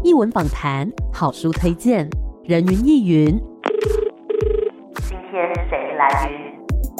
艺文访谈、好书推荐、人云亦云。 今天谁来云？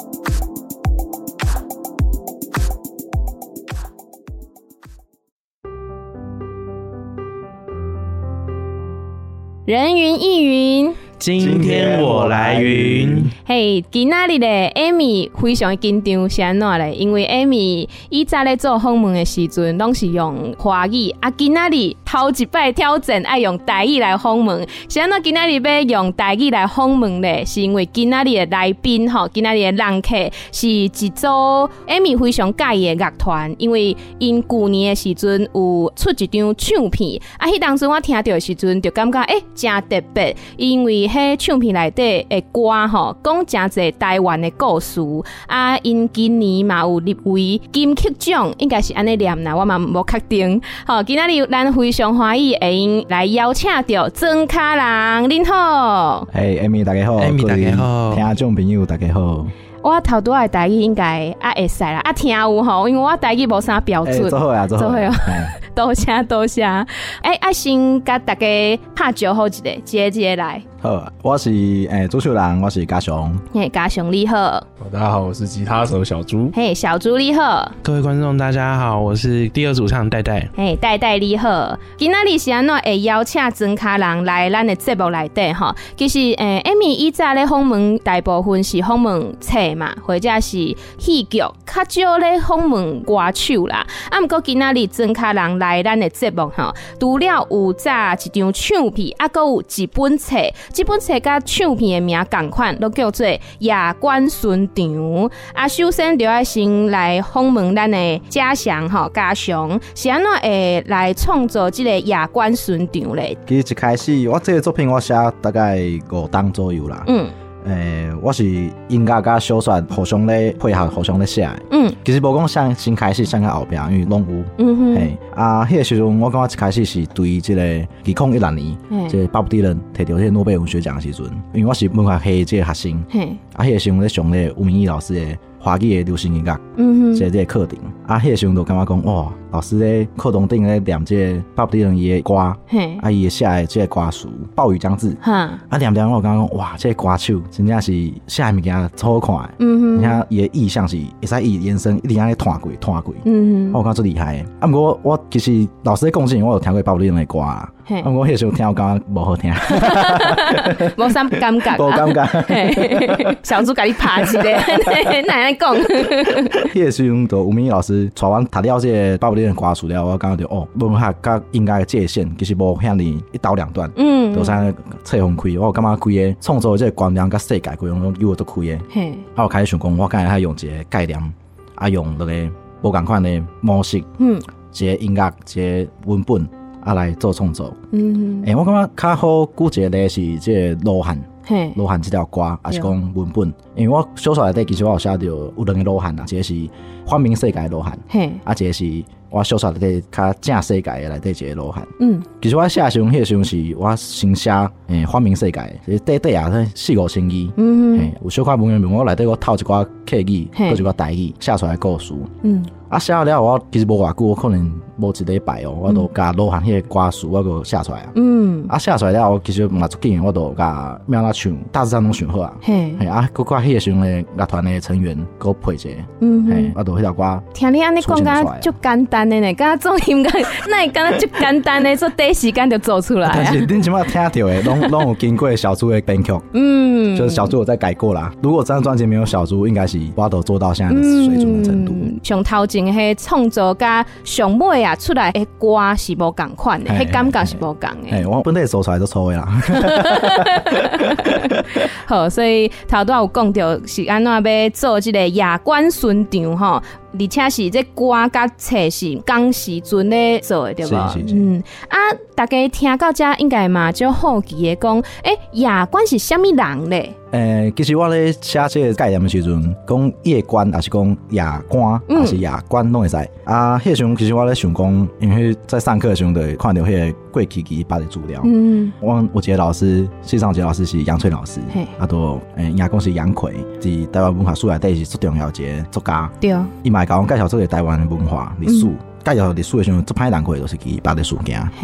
人云亦云， 今天我来云。 嘿，今仔日咧 ，Amy 非常紧张，是安怎咧？因为 Amy 以前咧做访问的时阵，拢是用华语，今仔日头一摆挑战爱用台语来访问。是安怎今仔日要用台语来访问咧？是因为今仔日的来宾吼，今仔日的人客是一组 Amy 非常介意的乐团，因为因去年的时阵有出一张唱片，迄当时我听到的时阵就感觉真特别，因为迄唱片内底的歌吼，讲真侪台湾的故事因今年嘛有入围金曲奖，应该是安尼念啦，我嘛无确定。好，今仔日咱非常欢喜会用来邀请到庄卡人，恁好。 Amy 大家好 ，Amy 大家好， 听众朋友大家好。 我头拄仔台语应该会使啦，听有吼，因为我台语无啥标准。 做好啊，做好啊。 多谢多谢。先甲大家拍招呼一个来。 好，我是主持人，我是嘉雄。 嘉雄你好。 大家好，我是吉他手小猪。 小猪你好。 各位观众大家好，我是第二主唱戴戴。 戴戴你好。今仔日是安怎会邀请庄卡人来咱的节目内底吼？其实Amy 以前咧访问大部分是访问册嘛，或者是戏剧，较少咧访问歌手啦。毋过今仔日庄卡人来咱的节目吼，除了有早一张唱片，还有一本册。这本册甲唱片的名同款，都叫做《夜观巡场》。首先就要先来访问咱的嘉祥嘉祥，是安怎会来创作这个《夜观巡场》咧？ 其实一开始我这个作品我写大概5档左右啦。我是音乐甲小说互相咧配合，互相咧写。其实无讲像先开始，像到后壁，因为拢有。迄个时阵，我感觉一开始是对这个2016年，即巴布迪伦摕到这个诺贝尔文学奖的时阵，因为我是文化系这个学生，迄个时阵咧上咧吴明义老师的华语的流行音乐，这个课程。迄个时阵就感觉讲，哇，老师咧课堂顶咧念这个巴布迪伦伊的歌，伊的写的这个歌词，暴雨将至，念我感觉讲，哇，这个歌手真正是写的物件超好看的。你看伊的意象是会使伊延伸，一直安尼拖过。我感觉最厉害的。不过我其实老师在讲之前，我有听过巴布迪伦的歌啦。不过迄个时候听我感觉无好听， 无啥感觉， 无感觉。 小猪甲你拍一个，哪样讲？ 迄个时阵，就吴明义老师带阮读了这个巴布迪伦歌词了，我感觉到文学甲音乐的界限其实无遐尼一刀两断，就像册封开。我感觉开个创作这个观念甲世界规种有都开的。我开始想讲，我敢会用一个概念，用那个无共款的模式，一个音乐，一个文本。来做创作。我感觉较好举一个例是这个罗汉。罗汉这条歌，还是讲文本，因为我小说内底其实我有写到有2个罗汉啦，一个是反面世界的罗汉，一个是我小说内底较正世界的内底一个罗汉。其实我写的时候，迄个时候是我先写反面世界，就是短4-5千字，有小可文言文，我内底我套一寡客语，搁一寡台语，写出来的故事。写了我其实无偌久，我可能无一礼拜我都甲罗汉迄个歌词我搁写出来啊。写出来了，我其实嘛足紧，我都甲喵啦唱，大致上拢想好啊。搁甲迄个时阵的乐团的成员搁配一下，我都迄条歌。 听你安尼讲，敢足简单的呢，敢做音乐，那会敢足简单的，做短时间就做出来。 但是恁即马听到的，拢有经过小猪的编曲，就是小猪有在改过啦。如果这张专辑没有小猪，应该是我都做到现在的水准的程度。 上头前迄创作甲上尾出来的歌是无共款的，迄感觉是无共的。 我本地做出来都错的啦。 好，所以头拄有讲到是安怎要做这个夜观巡场吼，而且是这歌甲册是同时阵咧做的，对无？ 是。 大家听到这应该嘛就好奇的讲，夜观是啥物人咧？ 其实我咧写这个概念的时阵，讲夜观还是讲夜观，还是夜观拢会使。迄个时阵其实我咧想讲，因为在上课的时候就看到迄个过去几捌的资料。我有一个老师，系上一个老师是杨翠老师，都应该讲是杨奎，在台湾文化史内底是最重要一个作家。对，伊嘛甲我介绍这个台湾的文化历史。介绍历史的时候，最歹难过的就是伊捌的事件。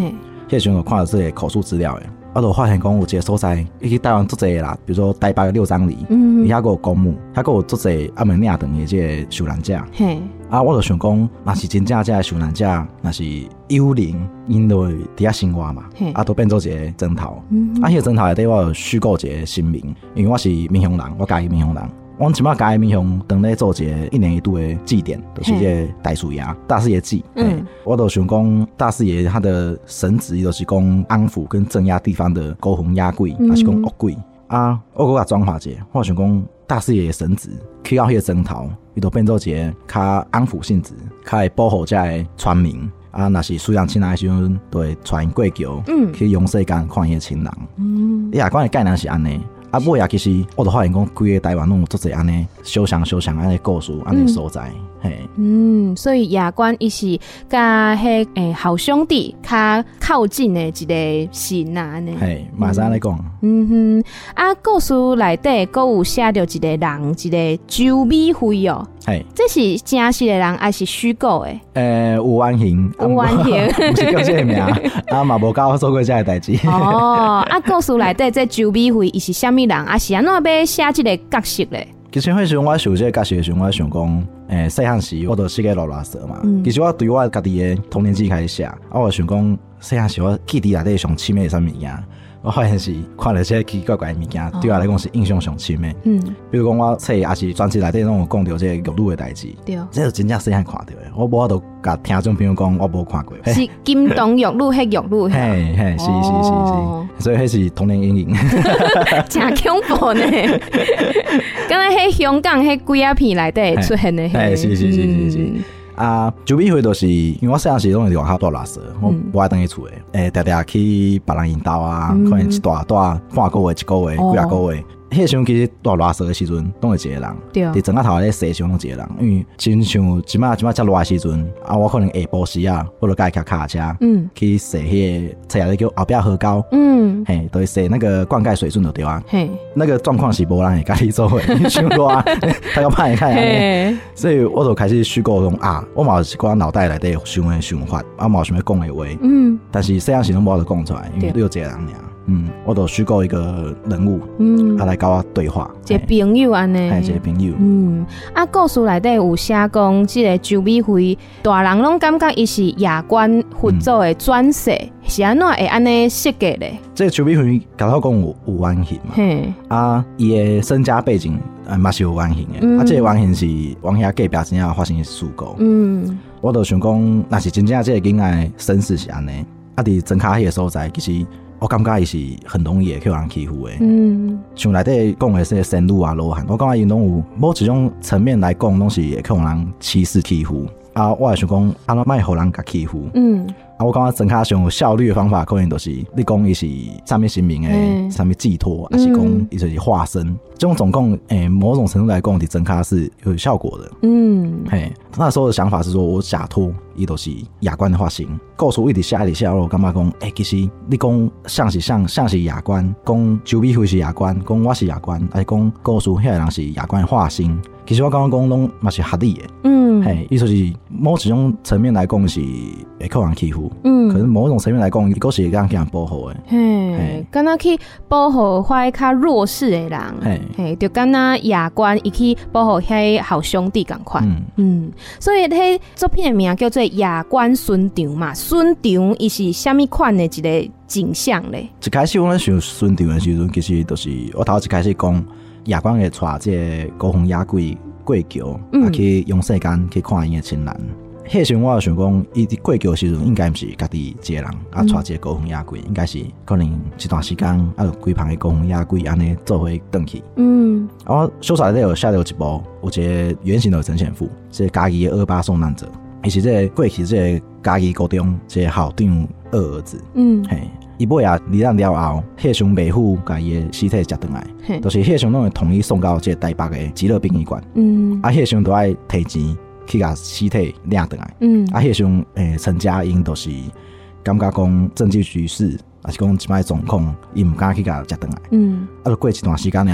迄时阵就看到这个口述资料诶，我就发现讲有一个所在，伊去台湾足侪啦，比如说台北六张犁，伊遐个有公墓，遐个有足侪阿门领长的这个受难者。 嘿， 啊，我就想讲，若是真正这个受难者，若是幽灵，因就伫遐生活嘛，啊，都变做一个枕头。啊，迄个枕头内底我有虚构一个姓名，因为我是闽乡人，我家己闽乡人。我即摆家己闽乡当咧做一个1年1度的祭典，就是这个大树爷大师爷祭。我就想讲，大师爷他的神职就是讲安抚跟镇压地方的孤魂野鬼，还是讲恶鬼啊？我甲转化者，我想讲大师爷的神职去到迄个枕头，伊就变做一个较安抚性质，较会保护这个村民。啊，若是虽然亲人的时阵，就会带因过桥，去用世间看迄个亲人。你亚官的概念是安尼。啊，尾啊，其实我就发现讲，规个台湾拢有足侪安尼相像安尼故事，安尼所在，嘿。 所以亚官伊是甲迄好兄弟较靠近的一个神啊，安尼。 嘿，马上来讲。 啊，故事内底阁有写着一个人，一个周美辉哦。 嘿， 这是真实的人还是虚构的？ 有原型， 有原型， 不是叫这个名，啊嘛无甲我做过这个代志。 哦，啊，故事内底这周美辉伊是虾米人？啊，是安怎要写这个角色咧？ 其实迄时阵我想这个角色的时候，我想讲，细汉时我就是个拉蛇嘛。其实我对我家己的童年记开始写，啊，我想讲细汉时我记忆内底上深的是啥物件？我发现是看了这奇奇怪怪的物件，对我来讲是印象上深的。比如讲我册也是专辑内底拢有讲到这个玉女的代志，对，这就真正细汉看到的。我无法度甲听众朋友讲，我无看过。 是金童玉女，迄玉女。 嘿嘿，是，所以迄是童年阴影。 真恐怖呢！刚才迄香港迄几啊片内底出现的， 嘿，是。啊，周美辉就是因为我细汉时拢是外口住垃圾，我不爱等去厝诶，常常去别人因兜啊，可能一大半个月、1个月、几啊个月。迄个时阵其实住垃圾的时阵，拢是一个人。对。伫整个头咧洗上拢一个人，因为真像即摆遮热的时阵，啊，我可能下晡时啊，我就甲伊骑脚车，去洗迄个车也叫后壁河沟，嘿，都是洗那个灌溉水准就对啊。嘿。那个状况是无人会家己做诶，伤热，他要歹看安尼。所以我就开始虚构讲啊，我嘛是我脑袋内底想诶想法，啊嘛有想要讲诶话，但是细汉时拢无法度讲出来，因为只有一个人尔。我就虚构一个人物，来跟我对话， 一个朋友安尼， 一个朋友。 啊，故事内底有写讲，这个周美辉大人拢感觉伊是夜观佛祖的转世，是安怎会安尼设计咧？ 这个周美辉甲我讲有原型嘛？啊，伊的身家背景嘛是有原型的，啊，这个原型是往遐隔壁真正发生的事故。我就想讲，若是真正这个囡仔身世是安尼，啊，伫庄脚迄个所在，其实。我感觉伊是很容易会去人欺负的。像内底讲的这些仙女啊、罗汉，我感觉因拢有某一种层面来讲，拢是会去人歧视欺负。啊，我也想讲，安怎卖互人甲欺负？啊，我感觉庄脚上有效率的方法，可能就是你讲伊是啥物神明的啥物寄托，还是讲伊就是化身。这种总共某种程度来讲，伫庄脚是有效果的。嘿，那时候的想法是说，我假托伊都是亚官的化身。故事一直写，我感觉讲，其实你讲像是亚官，讲周美辉是亚官，讲我是亚官，还是讲故事遐个人是亚官的化身。其实我刚刚讲拢嘛是合理的。嘿，意思是某一种层面来讲是会扣人欺负，可是某种层面来讲，伊个是会让人保护的。 嘿，敢若去保护遐较弱势的人，嘿，就敢若亚官伊去保护遐好兄弟共款。所以迄作品的名叫做《亚官孙场》嘛，孙场伊是虾米款的一个景象咧？ 一开始我咧想孙场的时阵，其实就是我头一开始讲亚官会带这个孤魂野鬼过桥，去用世间去看伊的亲人。迄时我就想讲，伊伫过桥的时阵，应该毋是家己一个人带一个孤魂野鬼，应该是可能一段时间就规旁的孤魂野鬼安尼做伙转去。我小说内底有写到一部有一个原型的陈显富，这嘉义的28受难者，伊是这个过去这个嘉义高中这个校长二儿子。嘿。伊尾啊，离咱了后，迄时妹夫甲伊的尸体接转来，就是迄时拢会统一送到这台北的极乐殡仪馆。啊，迄时都爱提钱去甲尸体领转来。啊，迄时陈嘉英都是感觉讲政治局势，还是讲一摆总统，伊毋敢去甲接转来。啊，就过一段时间了后，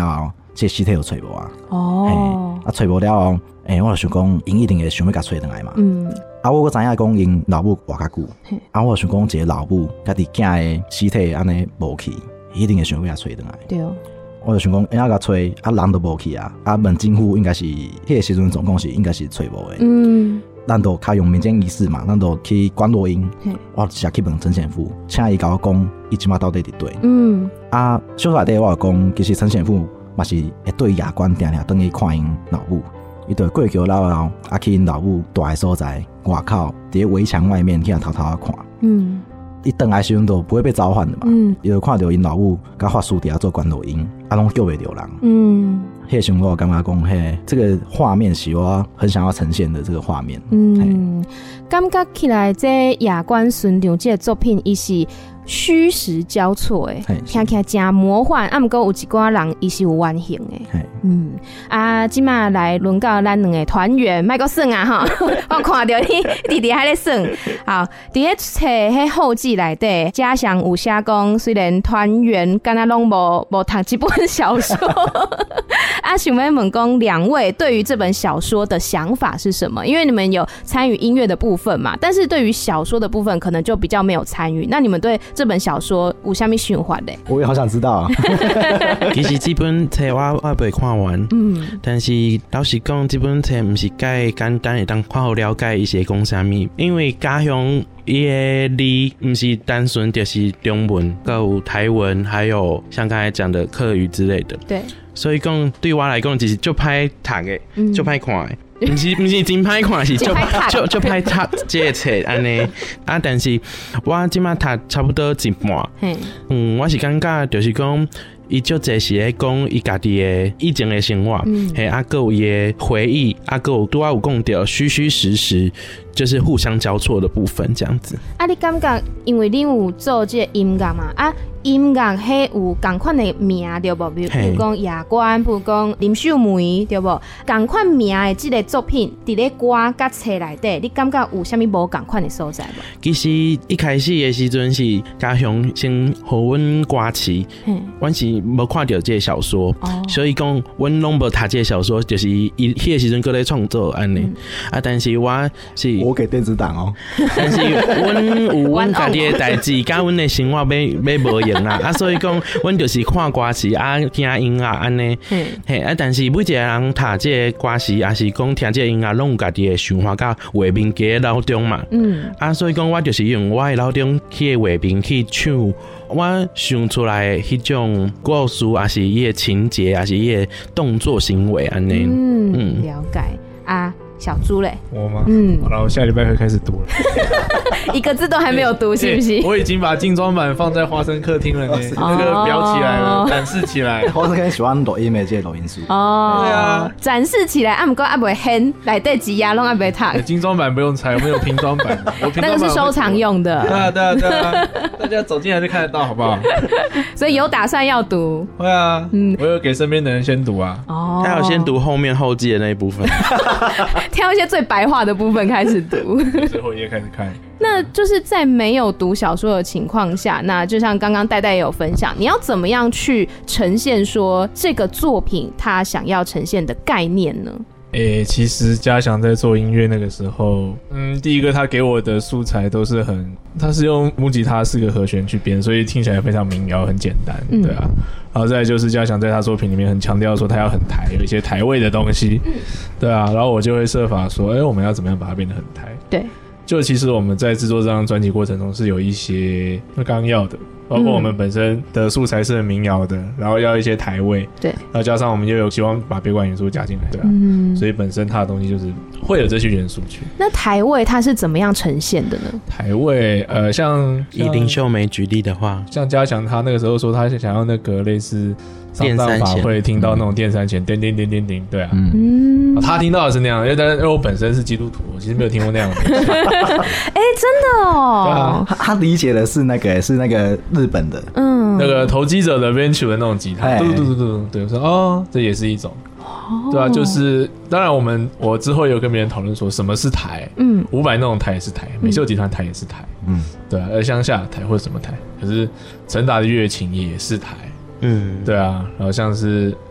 这尸体有找无啊。 哦， 找无了后，我就想讲，因一定会想要甲找回来嘛。我知影讲因老母活较久，我就想讲一个老母家己囝的尸体安尼无去，一定会想要甲找回来。 对哦。 我就想讲，甲找人都无去啊，问政府应该是迄个时阵总共是应该是找无的。咱都较用民间仪式嘛，咱都去关落音。我直接去问陈贤富，请伊甲我讲，伊即马到底伫对。小内底我就讲，其实陈贤富嘛是会对亚官定定等去看因老母，伊就过桥了后，去因老母住的所在外口，伫围墙外面去偷偷看。伊倒来时阵都不会被召唤的嘛。伊就看到因老母甲法师伫遐做关落音，拢叫袂着人。迄个时候我感觉讲，这个画面是我很想要呈现的这个画面。 感觉起来这亚官孙长这个作品，伊是虚实交错诶，听起来真魔幻。不过有一寡人伊是有原型诶。即马来轮到咱两个团员，莫阁算啊哈！我看到你弟弟还在算。好，伫咧册迄后记内底，嘉祥有写讲，虽然团员敢若拢无读这本小说，想要问讲两位对于这本小说的想法是什么？因为你们有参与音乐的部分嘛，但是对于小说的部分可能就比较没有参与。那你们对这本小说有啥物想法咧？ 我也好想知道啊。 其实这本册我未看完，但是老实讲，这本册不是介简单会当看好了解伊是讲啥物，因为家乡伊的字不是单纯就是中文，还有台文，还有像刚才讲的客语之类的。 对， 所以讲对我来讲，就是就歹读的，就歹看的。不是真歹看，是就歹读这个册安尼。但是我即马读差不多一半。我是感觉就是讲。伊就侪是咧讲伊家己的以前的生活，还有伊的回忆，还有拄仔有讲到虚虚实实，就是互相交错的部分，这样子。 你感觉因为你有做这个音乐嘛？音乐迄有同款的名对无？比如讲亚官，比如讲林秀梅对无？同款名的这个作品，伫咧歌甲册内底，你感觉有啥物无同款的所在无？ 其实一开始的时阵是家乡先互阮歌词，阮是无看到这个小说，所以讲阮拢无读这个小说，就是伊迄个时阵搁咧创作安尼。但是我是我给电子档哦， 但是阮有阮家己的代志，甲阮的生活要无用啦。所以讲，阮就是看歌词听音乐安尼。但是每一个人读这个歌词，也是讲听这个音乐，拢有家己的想法甲画面加脑中嘛。所以讲我就是用我的脑中去画面去唱。我想出来迄种故事，也是伊的情节，也是伊的动作行为安尼。 了解啊。小猪嘞， 我吗？好了，我下礼拜会开始读了， 一个字都还没有读，是不是？ 我已经把精装版放在花生客厅了呢，那个裱起来了，展示起来。 花生客喜欢录音的这录音书。 对啊， 展示起来，不过袂显，内底几页拢袂读。 精装版不用拆，我们有平装版， 那个是收藏用的。 对啊，大家走进来就看得到，好不好？ 所以有打算要读。 会啊，我有给身边的人先读啊。 他有先读后面后记的那一部分。 挑一些最白话的部分开始读， 最后一页开始看。 那就是在没有读小说的情况下，那就像刚刚戴戴也有分享，你要怎么样去呈现说这个作品他想要呈现的概念呢？ 其实嘉祥在做音乐那个时候，第一个他给我的素材都是他是用木吉他4个和弦去编，所以听起来非常民谣，很简单，对啊。然后再来就是嘉祥在他作品里面很强调说他要很台，有一些台味的东西，对啊。然后我就会设法说，我们要怎么样把它变得很台？对，就其实我们在制作这张专辑过程中是有一些刚刚要的。包括我们本身的素材是很民谣的，然后要一些台味，对，然后加上我们又有希望把北管元素加进来，对啊，所以本身它的东西就是会有这些元素去。 那台味它是怎么样呈现的呢？ 台味，像以林秀梅举例的话， 像嘉祥他那个时候说他想要那个类似上当法会听到那种电三弦，叮叮叮叮叮，对啊，他听到的是那样，因为我本身是基督徒，我其实没有听过那样的。 真的哦， 对啊， 他理解的是那个日本的， 那个投机者的 venture 的那种吉他，对，我说这也是一种，对啊，就是当然我之后有跟别人讨论说什么是台，500那种台也是台，美秀集团台也是台，对啊，而乡下台或者什么台，可是陈达的乐琴也是台，对啊，然后像是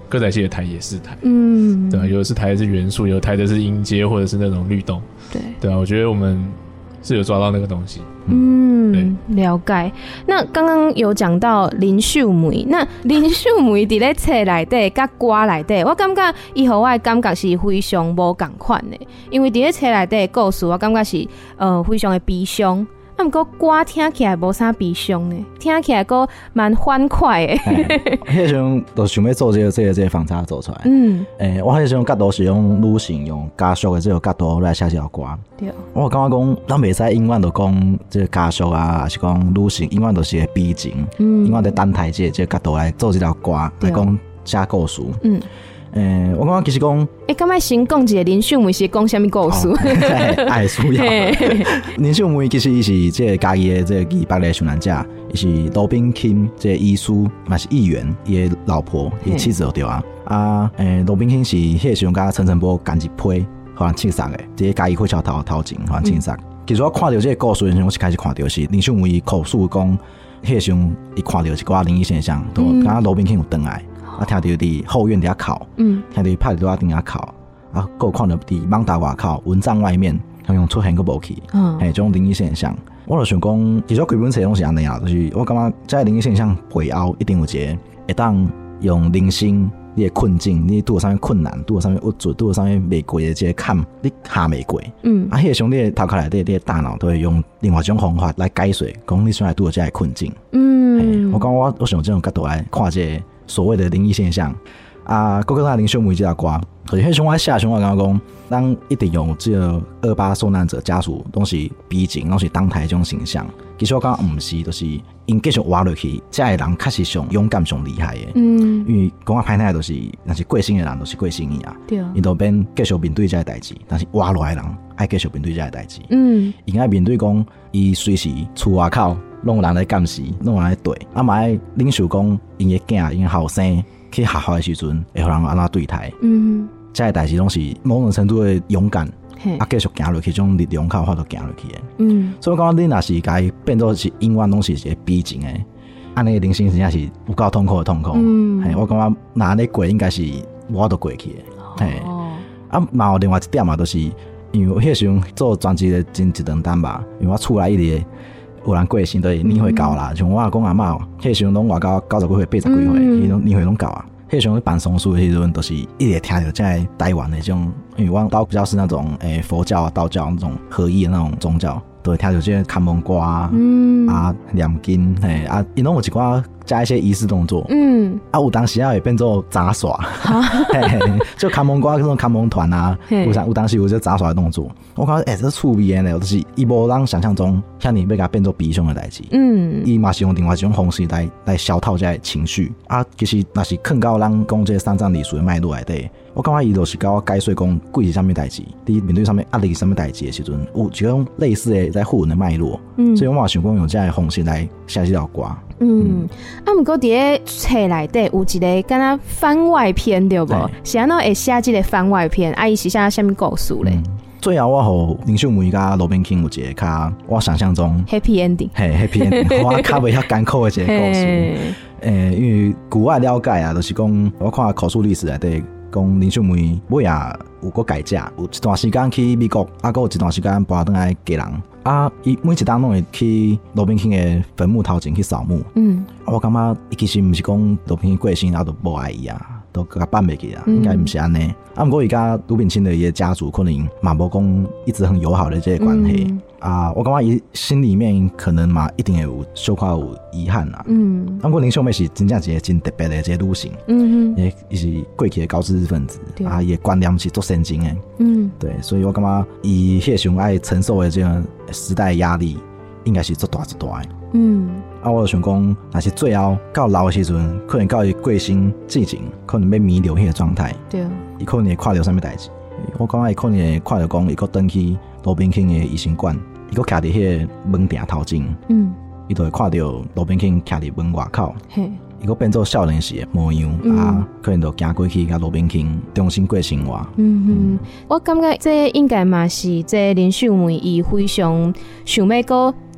歌仔戏的台也是台，对啊，有的是台的是元素，有的台的是音阶或者是那种律动，对啊，我觉得我们是有抓到那个东西。 了解。那刚刚有讲到林秀梅，那林秀梅伫咧册内底、甲歌内底，我感觉伊互我的感觉是非常无共款的，因为伫咧册内底的故事，我感觉是非常的悲伤。啊，毋过歌听起来无啥悲伤呢，听起来佫蛮欢快的。 迄时阵就想要做这个反差做出来。我迄时阵角度是用女性用家属的这个角度来写这条歌。对，我感觉讲，咱袂使永远就讲这个家属啊，还是讲女性，永远都是个悲情，永远在等待这个角度来做这条歌，来讲写故事。我感觉其实讲， 敢若先讲一个林秀梅是讲啥物故事？ 爱需要。林秀梅其实伊是这个家己的这个义北的受难者，伊是罗宾钦这个医师，嘛是议员，伊的老婆，伊妻子就对啊。罗宾钦是迄个时阵甲陈澄波干一批，互人刺杀的，这个家己火车头前互人刺杀。其实我看到这个故事的时候，我是开始看到是林秀梅口述讲，迄个时阵伊看到一寡灵异现象，都感觉罗宾钦有回来。听到伫后院底下哭，听到拍伫底下哭，还看到伫网大外口蚊帐外面，好像出现个无去，这种灵异现象。我就想讲，其实规本册拢是安尼啊，就是我感觉这灵异现象背后一定有一个会当用人生你的困境，你拄有啥物困难，拄有啥物郁卒，拄有啥物袂过的这个坎，你下袂过。迄个时候你的头壳内底，你的大脑都会用另外一种方法来解说，讲你现在拄有这个困境。我讲我想用这种角度来看这个所谓的灵异现象啊，搁个林秀梅这条歌，可是迄时我写的时候，我感觉讲，咱一定用这个28受难者家属拢是悲情，拢是当台这种形象。其实我感觉毋是，就是因继续活落去，这个人确实上勇敢、上厉害的。因为讲啊，歹听就是，若是过身的人，就是过身去啊。对，因都免继续面对这个代志，但是活落来的人爱继续面对这个代志。因爱面对讲，伊随时厝外口。拢有人来监视，拢有人来对，嘛爱领受讲因的囝、因的后生去学校的时阵，会互人安怎对待。这个代志拢是某种程度的勇敢，继续行落去，种力量靠法度行落去的。所以我感觉你若是家变做是永远拢是一个悲情的，安尼人生真正是有够痛苦的痛苦。我感觉若安尼过应该是无法度过去的。嘛有另外一点嘛，就是因为我迄时阵做专辑的真一两单吧，因为我厝内一直。有人过身都是年岁高啦，像我阿公阿嬷，迄时阵拢活到90几岁、80几岁，迄种年岁拢高啊。迄时阵办丧事的时阵，都是一直听到这台湾的这种，因为我都比较是那种佛教啊、道教那种合一的那种宗教，都会听到这些看门歌啊、念经，因拢有一寡加一些仪式动作。有当时会变做杂耍，就看门歌那种看门团啊，有当时有这杂耍的动作。我感觉这趣味的，就是伊无咱想象中像你要给它变做悲伤的代志。伊嘛是用另外一种方式来消透这情绪啊。其实若是放到咱讲这三藏历史的脉络内底，我感觉伊就是甲我解说讲鬼是啥物代志，伫面对啥物压力、啥物代志的时阵，有一种类似的在互文的脉络。所以我嘛想讲用这样的方式来写这条歌。毋过伫咧册内底有一个敢若番外篇对无？是安怎会写这个番外篇？伊是写啥物故事咧？最后我互林秀梅甲罗宾钦有一个较我想象中 happy ending，happy ending， 我较袂遐艰苦的一个故事。因为据我了解啊，就是讲我看口述历史内底讲林秀梅尾啊有个改嫁，有一段时间去美国，还有一段时间搬倒来家人。伊每一档拢会去罗宾钦的坟墓头前去扫墓。我感觉伊其实毋是讲罗宾钦过身然后就无爱伊啊，都甲办袂去啊，应该毋是安尼。毋过伊甲卢炳清的伊的家族可能嘛无讲一直很友好的这个关系。我感觉伊心里面可能嘛一定会有小可有遗憾啊。毋过林秀梅是真正一个真特别的这个女性。伊是过去的高知识分子伊的观念是足先进的。对，所以我感觉伊迄个时候爱承受的这个时代压力，应该是足大足大的。我就想讲，若是最后到老的时阵，可能到伊过身之前，可能要弥留迄个状态。对，伊可能会看到啥物代志。我感觉伊可能会看到讲，伊搁转去罗宾钦的医生馆，伊搁徛伫迄个门埕头前。伊就会看到罗宾钦徛伫门外口。伊搁变做少年时的模样可能就行过去，甲罗宾钦重新过生活。我感觉这应该嘛是这林秀梅伊非常想要搁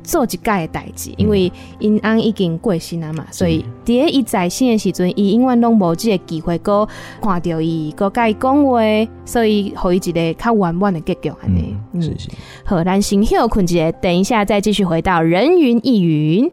做一届的代志，因为因翁已经过身了嘛，所以伫咧伊在生的时阵，伊永远拢无这个机会，搁看到伊，搁甲伊讲话，所以互伊一个较圆满的结局安尼。 是。 好，咱先休困一下，等一下再继续回到人云亦云。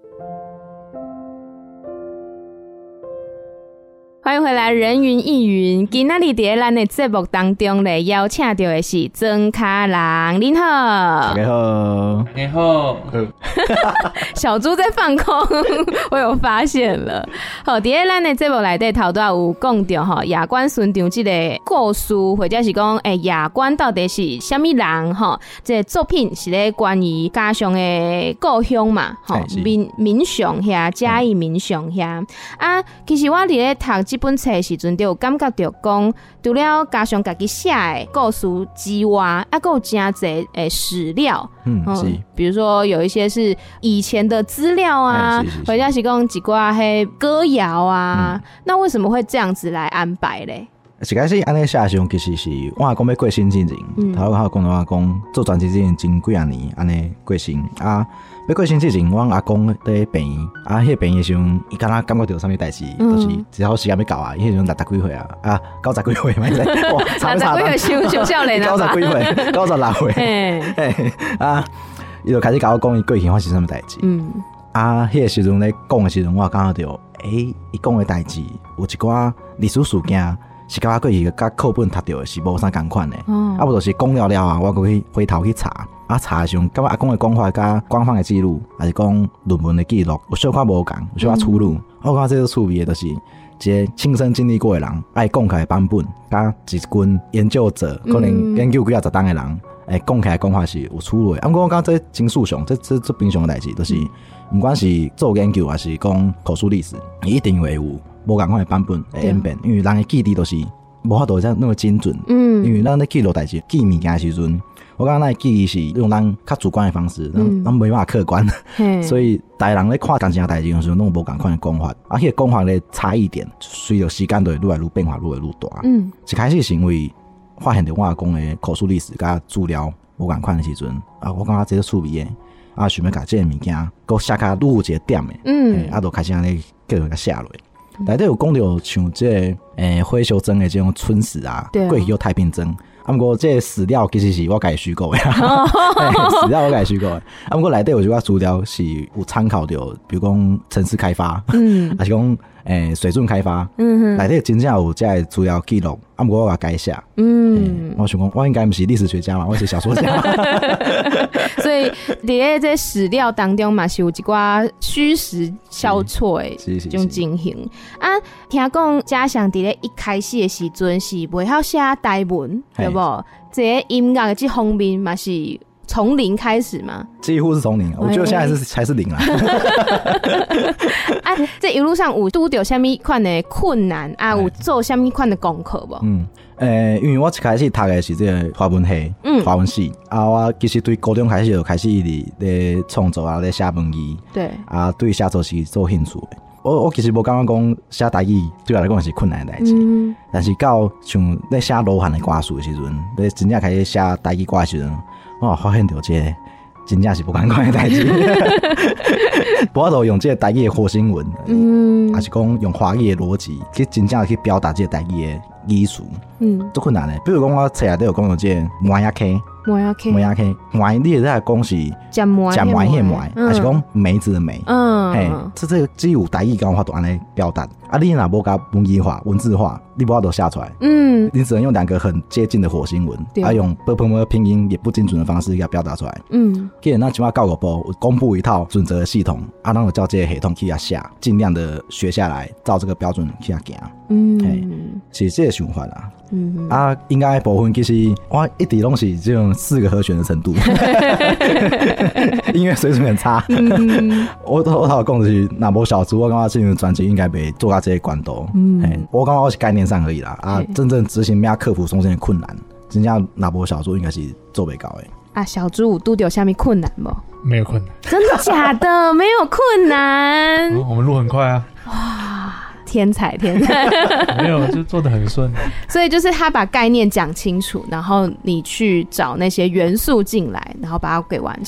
欢迎回来，人云亦云。今仔日在咱的节目当中咧，邀请到的是曾卡郎，您好， 大家好， 你好， 小猪在放空，我有发现了。好，在咱的节目内底头都有讲到吼，亚冠巡场这个故事，或者是讲亚冠到底是什么人吼？这个作品是咧关于家乡的故乡嘛，吼，民雄遐，嘉义民雄遐啊。其实我伫咧读这本册的时阵，就有感觉到讲，除了家乡家己写的故事之外，还有真侪史料， 是， 比如说有一些是以前的资料啊，或者是讲几挂嘿歌谣啊，那为什么会这样子来安排嘞？ 一开始安尼写的时候，其实是我讲要过身之前，头我讲到讲做专辑之前真几啊年安尼过身啊。要过身之前，我阿公在病院啊，迄个病院的时候，伊敢若感觉到啥物代志，就是只好时间要到啊，伊迄时阵60几岁啊，90几岁，歹势，哇，90几岁小少年啊，90几岁，96岁，啊，伊就开始甲我讲伊过去发生啥物代志，迄个时阵咧讲的时阵，我感觉到，伊讲的代志有一寡历史事件。是甲我过去甲课本读到的是无啥共款的，啊，无就是讲了啊，我过去回头去查，查的时候，感觉阿公的讲法甲官方的记录，还是讲论文的记录，有小可无共，有小可出入。我感觉这个趣味的，就是一个亲身经历过的人，爱讲起来的版本，甲一群研究者，可能研究几啊10档的人，讲起来讲法是有出入的。我感觉这真属相，这平常的代志，就是不管是做研究还是讲口述历史，你一定会有。无共款的版本会演变，因为人的记忆都是无法度那么精准。因为咱咧记录代志、记物件的时阵，我感觉咱的记忆是用咱较主观的方式，咱没办法客观，所以大家人咧看同一件代志的时候，拢有无共款的讲法，啊，迄个讲法咧差异点，随着时间就会愈来愈变化，愈来愈大。一开始是因为发现到我阿公的口述历史甲资料无共款的时阵，啊，我感觉这个趣味的，啊，想要甲这个物件，搁写较愈有一个点的，啊，就开始安尼继续甲写落。内底有讲到像这火烧庄的这种村史啊，过去叫太平庄。不过这个史料其实是我自己虚构的，史料我自己虚构的。不过内底有一寡资料是有参考到，比如讲城市开发，还是讲水圳开发，内底真正有这个资料记录。不过我改写，我想讲我应该不是历史学家嘛，我是小说家。 所以在这史料当中嘛，是有一寡虚实交错的这种情形啊。听讲嘉祥伫咧一开始的时阵是袂晓写台文，对不？这音乐的这方面嘛是从零开始嘛， 几乎是从零，我觉得现在才是零啦。 啊，这一路上有拄到什么款的困难啊？有做什么款的功课不？ 因为我一开始读的是这个华文系，华文系啊，我其实对高中开始就开始咧创作啊，咧写文字，对啊，对写作是做兴趣的。我其实无感觉讲写台语对我来讲是困难的代志，但是到像咧写罗汉的歌词的时阵，咧真正开始写台语歌的时阵，我发现到这个真正是不共款的代志。无法度用这个台语的火星文，还是讲用华语的逻辑去真正去表达这个台语的意思，足困难的。比如讲我册内底有讲到这个麻鸭 K。麻你也在讲是食麻迄个麻，还是讲梅子的梅？这只有台语讲法度安尼表达。啊，你若无甲文字化、文字化，你无法度写出来。你只能用2个很接近的火星文，啊，用拼音也不精准的方式给它表达出来。既然咱起码教育部公布一套准则的系统，啊，咱就照这个系统去写，尽量的学下来，照这个标准去行。是这个想法啦。啊，应该部分其实我一直拢是这种4个和弦的程度，音乐水准很差。我头讲的是，若无小猪，我感觉这张专辑应该被做到这个关度。我感觉我是概念上而已啦。啊，真正执行要克服中间的困难，真正若无小猪应该是做不到的。 啊，小猪有拄到什么困难不？ 没有困难。 真的假的？没有困难？ 我们录很快啊。 哇！天才没有，就做得很顺。 所以就是他把概念讲清楚，然后你去找那些元素进来，然后把它给完成。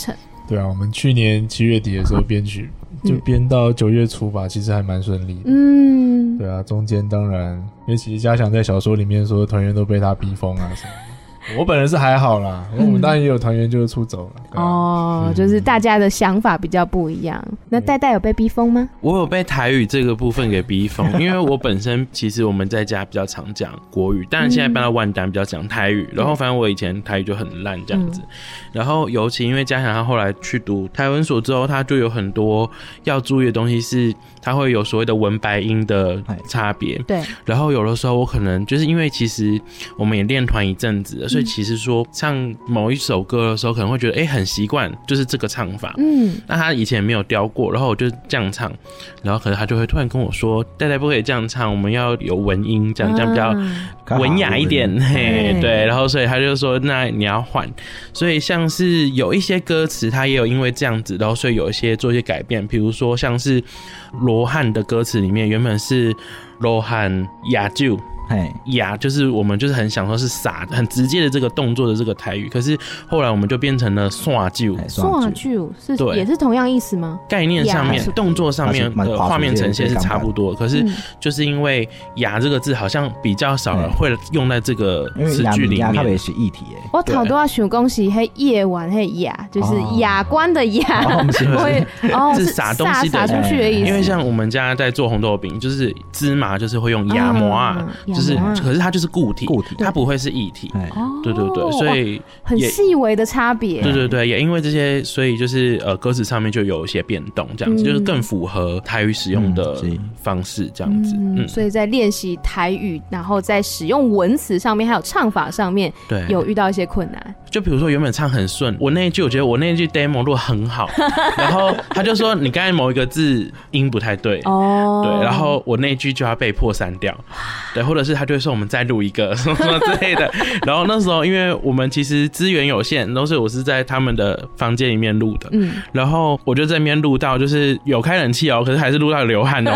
对啊，我们去年7月底的时候编曲就编到9月初吧，其实还蛮顺利的。对啊，中间当然因为其实嘉祥在小说里面说团员都被他逼疯啊什么的。我本人是还好啦，我们当然也有团员就是出走了。 就是大家的想法比较不一样。那戴戴有被逼疯吗？ 我有被台语这个部分给逼疯，因为我本身其实我们在家比较常讲国语，当然现在搬到万丹比较讲台语，然后反正我以前台语就很烂这样子。然后尤其因为嘉祥他后来去读台文所之后，他就有很多要注意的东西，是他会有所谓的文白音的差别。 对。 然后有的时候我可能就是因为其实我们也练团一阵子了，所以其实说唱某一首歌的时候，可能会觉得很习惯，就是这个唱法。那他以前没有雕过，然后我就这样唱，然后可能他就会突然跟我说：“戴戴不可以这样唱，我们要有文音，这样比较文雅一点。”对。然后所以他就说：“那你要换。”所以像是有一些歌词，他也有因为这样子，然后所以有一些做一些改变，比如说像是罗汉的歌词里面原本是罗汉雅酒。雅就是我们就是很想说是撒很直接的这个动作的这个台语，可是后来我们就变成了刷酒。 刷酒是也是同样意思吗？ 概念上面、动作上面的画面呈现是差不多，可是就是因为雅这个字好像比较少人会用在这个词句里面。 因为是议题诶。 我头都要想讲是黑夜晚黑雅，就是雅观的雅， 是撒东西的撒出去的意思。 因为像我们家在做红豆饼，就是芝麻就是会用雅麻啊。可是它就是固体，它不会是液体。对，所以很细微的差别。 对，也因为这些，所以就是歌词上面就有一些变动，这样子就是更符合台语使用的方式，这样子。 所以在练习台语，然后在使用文词上面，还有唱法上面，对，有遇到一些困难。 就比如说原本唱很顺，我那一句我觉得我那一句 demo 如果很好，然后他就说你刚才某一个字音不太对，对，然后我那一句就要被迫删掉，对，或者是他就会说我们再录一个什么什么之类的。然后那时候因为我们其实资源有限，都是我是在他们的房间里面录的，然后我就在那边录到就是有开冷气可是还是录到流汗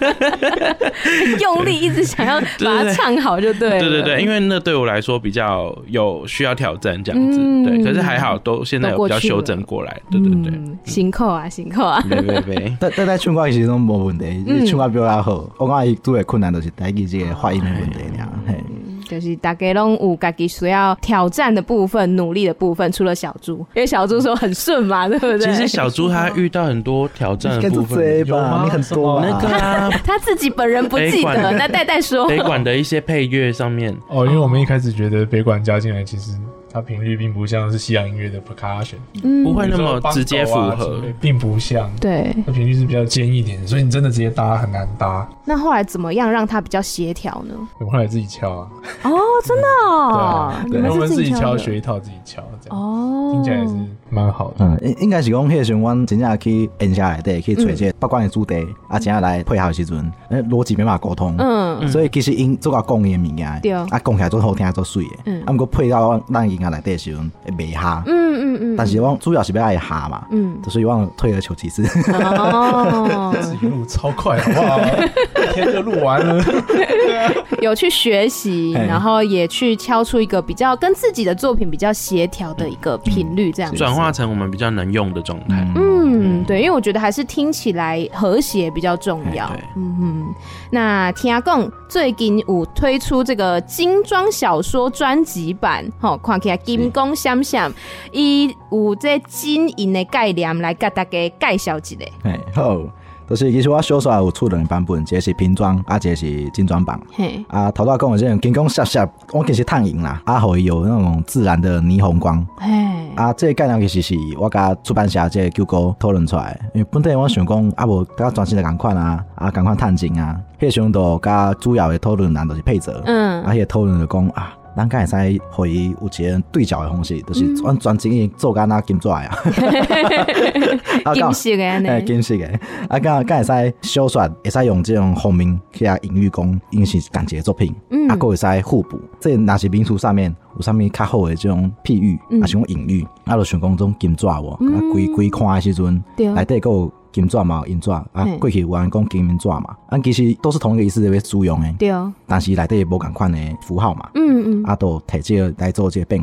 用力一直想要把它唱好就对了。 对，因为那对我来说比较有需要挑战这样。对，可是还好，都现在有比较修正过来。对， 辛苦啊。 对。 但唱歌其实都没问题，唱歌比较好。我讲伊拄的困难就是台语这个发音的问题俩。 就是大家都有自己需要挑战的部分、努力的部分，除了小猪，因为小猪说很顺嘛，对不对？ 其实小猪他遇到很多挑战的部分， 有吗？你很多那个他自己本人不记得，那戴戴说北管的一些配乐上面因为我们一开始觉得北管加进来，其实它频率并不像是西洋音乐的 percussion， 不会那么直接符合， 并不像。 对， 它频率是比较尖一点，所以你真的直接搭很难搭。 那后来怎么样让它比较协调呢？ 我们后来自己敲啊。 真的对，我们自己敲，学一套自己敲，这样听起来是蛮好的。 应该是讲迄个时阵，阮真正去演下来的，去找这北管的主题，真正来配合的时阵，逻辑没办法沟通。所以其实因做个讲伊的物件，讲起来做好听，做水的。不过配到咱音乐内底的时阵，会袂合。但是我主要是要爱合嘛。所以我退而求其次。 自己录超快，好不好？一天就录完了。 有去学习，然后也去敲出一个比较跟自己的作品比较协调的一个频率，这样转化成我们比较能用的状态。 对，因为我觉得还是听起来和谐比较重要。那听讲最近有推出这个精装小说专辑版，看起来金光闪闪，伊有这金银的概念来给大家介绍一下。 好。就是其实我小说有出两个版本，一个是拼装，一个是精装版。头头讲的这种金光闪闪，我其实烫银啦，互伊有那种自然的霓虹光。这个概念其实是我甲出版社这个Q哥讨论出来，因为本地我想讲无甲全新的同款同款探金迄个时阵都甲主要的讨论人就是配折。迄个讨论就讲咱敢会使互伊有一个对角的方式，就是阮专辑已做敢若金纸啊， 金色的安尼， 金色的。敢会使小说会使用这种方面去隐喻讲，因是同一个作品，还会使互补。这若是民俗上面有啥物较好的这种譬喻，还是讲隐喻，就想讲种金纸规看的时阵，内底还有金纸嘛，银纸过去有人讲金银纸嘛，其实都是同一个意思在使用的，对，但是内底无同款的符号嘛，都摕这个来做这个变化。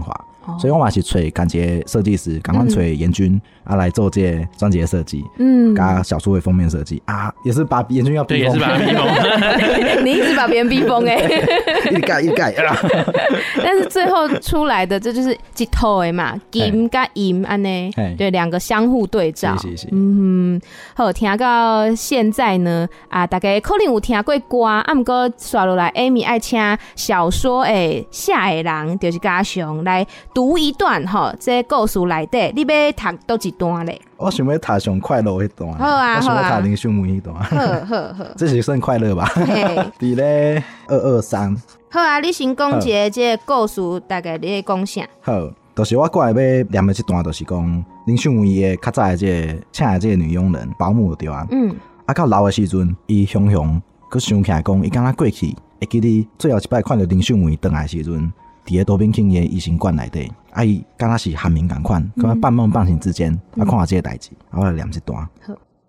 所以我嘛是找感觉设计师，赶快找严君来做这个专辑的设计，加小说的封面设计啊，也是把严君要逼疯， 对，也是把他逼疯。 你一直把别人逼疯一直改啊！ 但是最后出来的这就是一套的嘛，金跟银安呢，对，两个相互对照。 是。 好，听到现在呢，大家可能有听过歌，不过刷落来 ，Amy 爱请小说诶下的人，就是嘉雄来读一段哈，这故事内底，你要读多一段嘞？ 我想要读上快乐迄段， 好啊， 我想要读林秀梅迄段， 好， 这是算快乐吧？伫咧223。 好啊，你先讲一个这故事，大概你讲啥？ 好，就是我过来要念的这段，就是讲林秀梅的较早的这个请的这个女佣人保姆对啊。到老的时阵，伊雄佮想起来讲，伊敢若过去会记得最后一摆看到林秀梅回来的时阵，伫个多边庆的医生馆内底，伊敢若是寒眠同款，敢若半梦半醒之间，看下这个代志，我来念一段。好，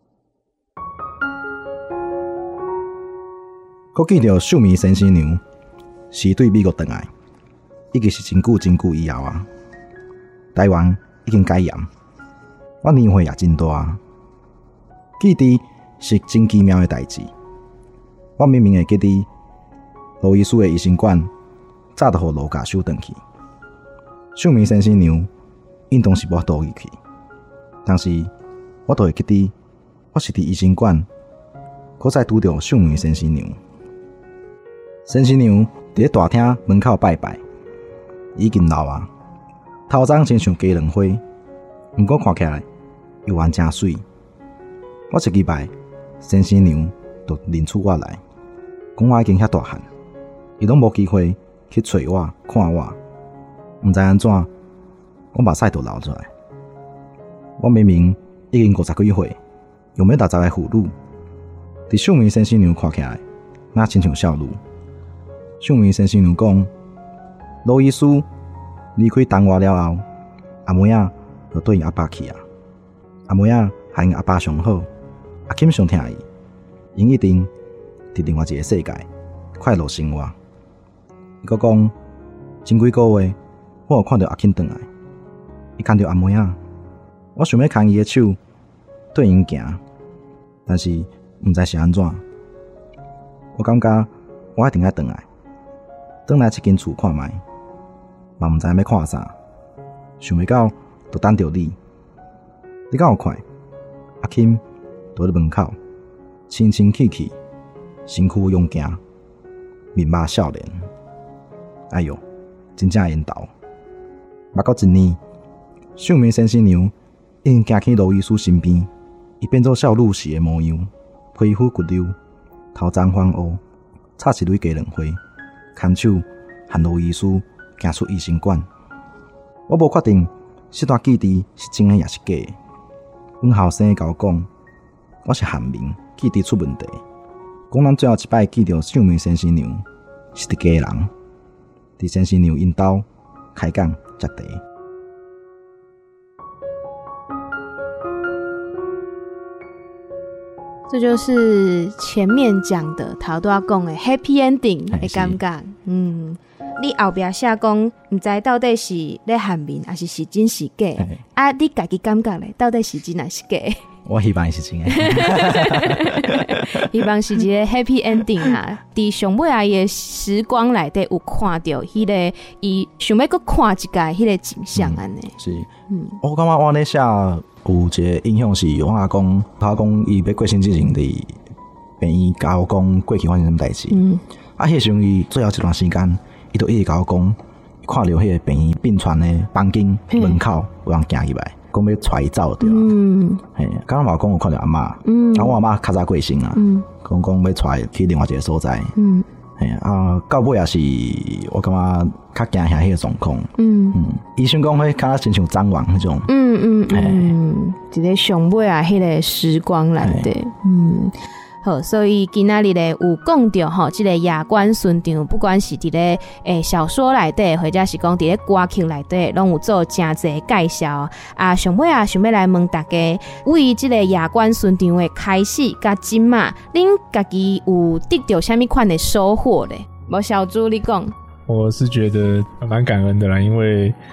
我记着秀梅先生娘是对美国回来，已经是真久以后啊。台湾已经解严，我年岁也真大，记得是真奇妙的代志。我明明会记得罗伊斯的医生馆早就予罗家收回去，秀梅先生娘应当是无倒入去，但是我都会记得我是伫医生馆，搁再拄着秀梅先生娘。先生娘伫咧大厅门口拜拜，已经老啊，头鬃亲像鸡卵花，不过看起来又还真水。我一礼拜，先生娘就认出我来，讲我已经遐大汉，伊拢无机会去找我看我，毋知安怎，我目屎就流出来。我明明已经50几岁，又要60个妇女，伫秀梅先生娘看起来，那亲像少女。秀梅先生娘讲，罗医师离开东华了后，阿妹仔就对因阿爸去啊。阿妹仔和因阿爸上好，阿金上疼伊，因一定伫另外一个世界快乐生活。伊阁讲，前几个月我有看到阿金回来，伊牵着阿妹仔，我想要牵伊的手对因行，但是毋知是安怎。我感觉我一定要回来。转来一间厝看卖，嘛毋知要看啥，想袂到就等着你。你敢有看？阿 Kim 伫咧门口，清清气气，身躯勇行，面目少年。哎哟，真正缘投。目到一年，秀梅先生娘已经行去罗医师身边，伊变做少女时的模样，皮肤骨溜，头鬃泛乌，插一蕊鸡卵花。牵手和罗医师行出医生馆，我无确定这段记忆是真的也是假的。阮后生甲我讲，我是汉民，记忆出问题。讲咱最后一摆记到秀梅先生娘是伫家人，伫先生娘因兜开讲食茶。 这就是前面讲的头拄仔讲的 happy ending 的感觉。你后壁写讲，唔知到底是咧汉民，还是真是假？你家己感觉咧，到底是真还是假？ 我希望是真的， 希望是一个 happy ending 啊！伫上尾啊，伊的时光内底有看到迄个，伊想要搁看一届迄个景象安尼。 是，我感觉我咧写有一个印象是，我阿公伊要过身之前伫病院甲我讲过去发生什么代志。迄时阵伊最后一段时间，伊就一直甲我讲，看到迄个病院并船的房间门口有人行入来。讲要带伊走对啦，刚刚嘛讲有看到阿嬷，我阿嬷较早过身啊，讲要带去另外一个所在，到尾也是我感觉较惊吓迄个状况，医生讲迄敢若亲像张王迄种， 一个上尾啊，迄个时光内底，好，所以今仔日咧有讲到吼，即个夜观巡场，不管是伫咧小说内底，或者是讲伫咧歌曲内底，拢有做诚侪介绍。上尾想要来问大家，为即个夜观巡场的开始甲今嘛，恁家己有得到啥物款的收获咧？无小猪你讲， 我是觉得蛮感恩的啦，因为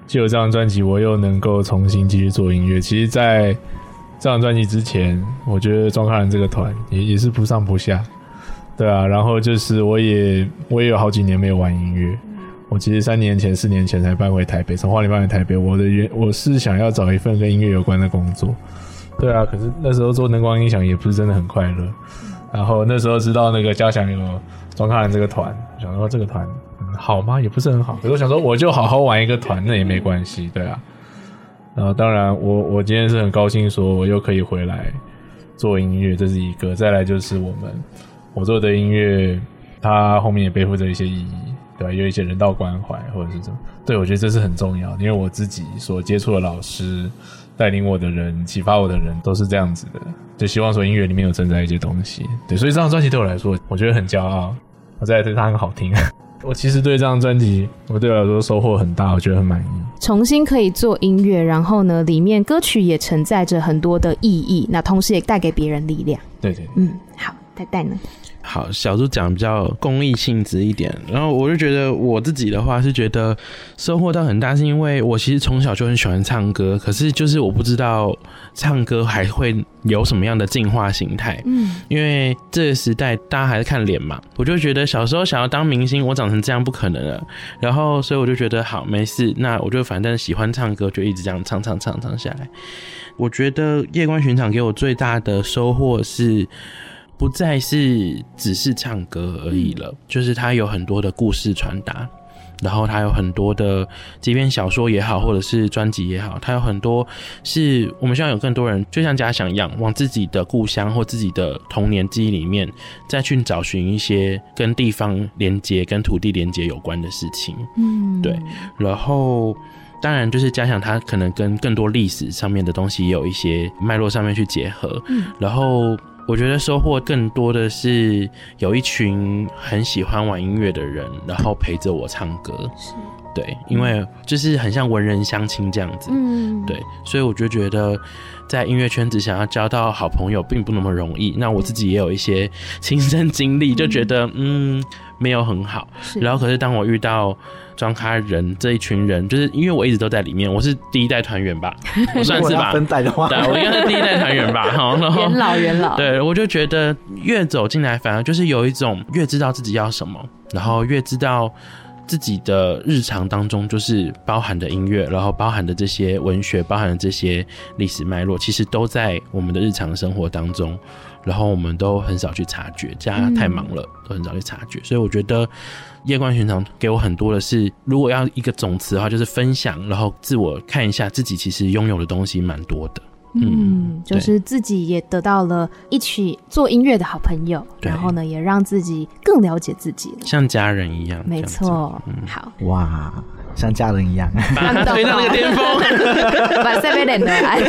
藉由这张专辑我又能够重新继续做音乐。其实在这张专辑之前，我觉得庄咖人这个团也是不上不下，对啊，然后就是我也有好几年没有玩音乐，我其实4年前才搬回台北，从花莲搬回台北。我是想要找一份跟音乐有关的工作，对啊，可是那时候做灯光音响也不是真的很快乐。然后那时候知道那个嘉祥有庄咖人这个团，想说这个团好吗？也不是很好，可是我想说我就好好玩一个团，那也没关系，对啊。然后当然我今天是很高兴说我又可以回来做音乐，这是一个。再来就是我做的音乐它后面也背负着一些意义，对吧？有一些人道关怀或者是什么，对，我觉得这是很重要的，因为我自己所接触的老师带领我的人启发我的人都是这样子的，就希望说音乐里面有承载一些东西，对，所以这张专辑对我来说我觉得很骄傲，我再来对它很好听。我其实对这张专辑我对我来说收获很大，我觉得很满意。 重新可以做音乐，然后呢里面歌曲也承载着很多的意义，那同时也带给别人力量。 对对， 好，戴戴呢？ 好，小猪讲比较公益性质一点，然后我就觉得我自己的话是觉得收获到很大，是因为我其实从小就很喜欢唱歌，可是就是我不知道唱歌还会有什么样的进化形态。因为这个时代大家还是看脸嘛，我就觉得小时候想要当明星，我长成这样不可能了，然后所以我就觉得好没事，那我就反正喜欢唱歌就一直这样唱下来。我觉得夜观巡场给我最大的收获是不再是只是唱歌而已了，就是它有很多的故事传达，然后它有很多的，即便小说也好，或者是专辑也好，它有很多是我们希望有更多人，就像嘉祥一样，往自己的故乡或自己的童年记忆里面，再去找寻一些跟地方连结、跟土地连结有关的事情。对，然后。当然就是嘉祥他可能跟更多历史上面的东西也有一些脉络上面去结合，然后我觉得收获更多的是有一群很喜欢玩音乐的人，然后陪着我唱歌，对，因为就是很像文人相亲这样子，对，所以我就觉得在音乐圈子想要交到好朋友并不那么容易，那我自己也有一些亲身经历，就觉得没有很好，然后可是当我遇到庄咖人这一群人，就是因为我一直都在里面，我是第一代团员吧，我算是吧， 分代的话， 对，我应该是第一代团员吧， 元老， 对，我就觉得越走进来，反而就是有一种越知道自己要什么，然后越知道自己的日常当中就是包含的音乐，然后包含的这些文学，包含的这些历史脉络，其实都在我们的日常生活当中，然后我们都很少去察觉，家太忙了，都很少去察觉，所以我觉得夜观巡场给我很多的是，如果要一个总词的话，就是分享，然后自我看一下自己其实拥有的东西蛮多的。 就是自己也得到了一起做音乐的好朋友，然后呢，也让自己更了解自己了， 像家人一样。 没错，好哇，像家人一样， 把他推到那个巅峰， 把这边人都来。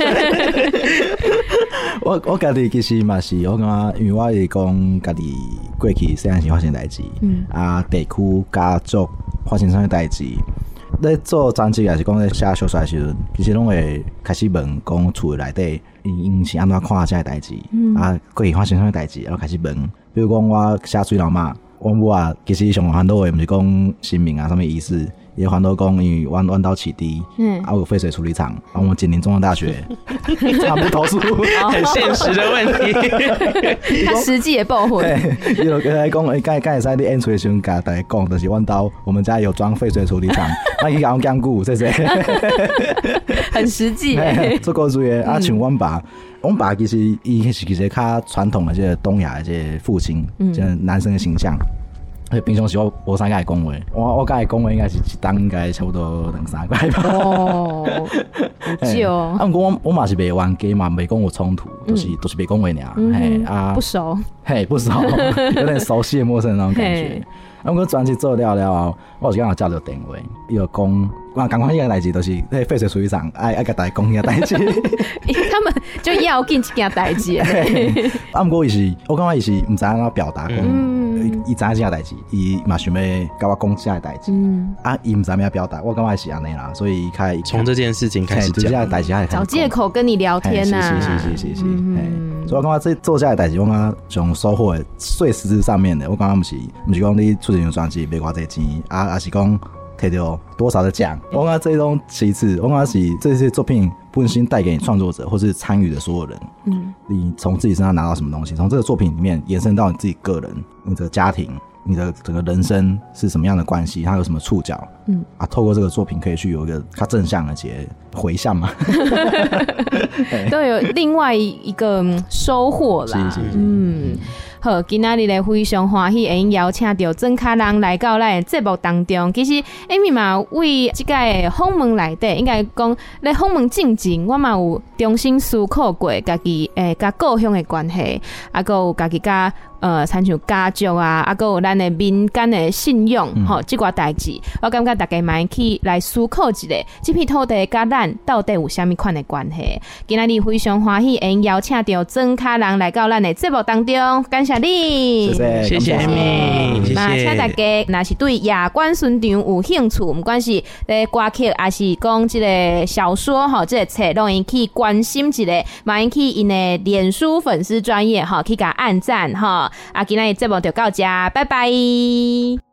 我家己其实嘛是，我感觉因为我是讲家己过去细汉时发生代志，地区家族发生什么代志。咧做专辑也是讲咧写小说的时阵，其实拢会开始问讲厝内底因是安怎看这个代志，过去发生什么代志，然后开始问。比如讲我写水老妈，我母啊其实上烦恼的毋是讲神明啊什么仪式，伊烦恼讲因为阮兜饲猪，有废水处理厂，我们今年中央大学差不多投诉， 很现实的问题。 他实际也报婚， 伊就跟他讲，刚会使你演出的时阵，甲大家讲，就是阮兜我们家有装废水处理厂，那伊甲阮讲句，谢谢， 很实际， 做故事的啊，像阮爸。阮爸其实伊是较传统的这个东亚的这个父亲，这个男生的形象。平常时我无啥甲伊讲话，我甲伊讲话应该是一档应该差不多2-3个礼拜。 哦，有久。 啊，不过我嘛是袂冤家嘛，袂讲有冲突，都是袂讲话尔。嘿啊， 不熟。 嘿，不熟，有点熟悉的陌生的那种感觉。啊，不过专辑做了后，我是刚好接到电话，伊就讲，我赶快一个代志，就是迄废水处理厂，爱甲大家讲一个代志。 他们就要紧一件代志。 啊，不过伊是，我感觉伊是毋知安怎表达讲，伊知影这件代志，伊嘛想要甲我讲这件代志。啊，伊毋知安怎表达，我感觉是安尼啦，所以开从这件事情开始讲， 找借口跟你聊天呐。 是。所以我感觉这做这件代志，我感觉从收获的碎实质上面的，我感觉毋是讲你出一张专辑卖偌济钱，啊是讲摕到多少的奖。我讲这种其次，我讲是这些作品本身带给你创作者或是参与的所有人，你从自己身上拿到什么东西，从这个作品里面延伸到你自己个人、你的家庭、你的整个人生是什么样的关系，它有什么触角，透过这个作品可以去有一个它正向的回向嘛， 都有另外一个收获啦。 是好，今仔日咧非常欢喜，会邀请到曾卡人来到咱的节目当中。其实 Amy 嘛为这个访问内底，应该讲咧访问进前，我嘛有重新思考过家己甲故乡的关系，还有家己甲参像家族啊，还有咱的民间的信仰，这寡代志，我感觉大家嘛去来思考一下，这片土地甲咱到底有啥物款的关系？今仔日非常欢喜，会邀请到曾卡人来到咱的节目当中，感谢你， 谢谢 Amy， 谢谢。 那请大家若是对夜观巡场有兴趣，不管是歌曲还是讲这个小说这个册，拢会去关心一下，嘛会去因的脸书粉丝专页去甲按赞今天的节目就到这，拜拜。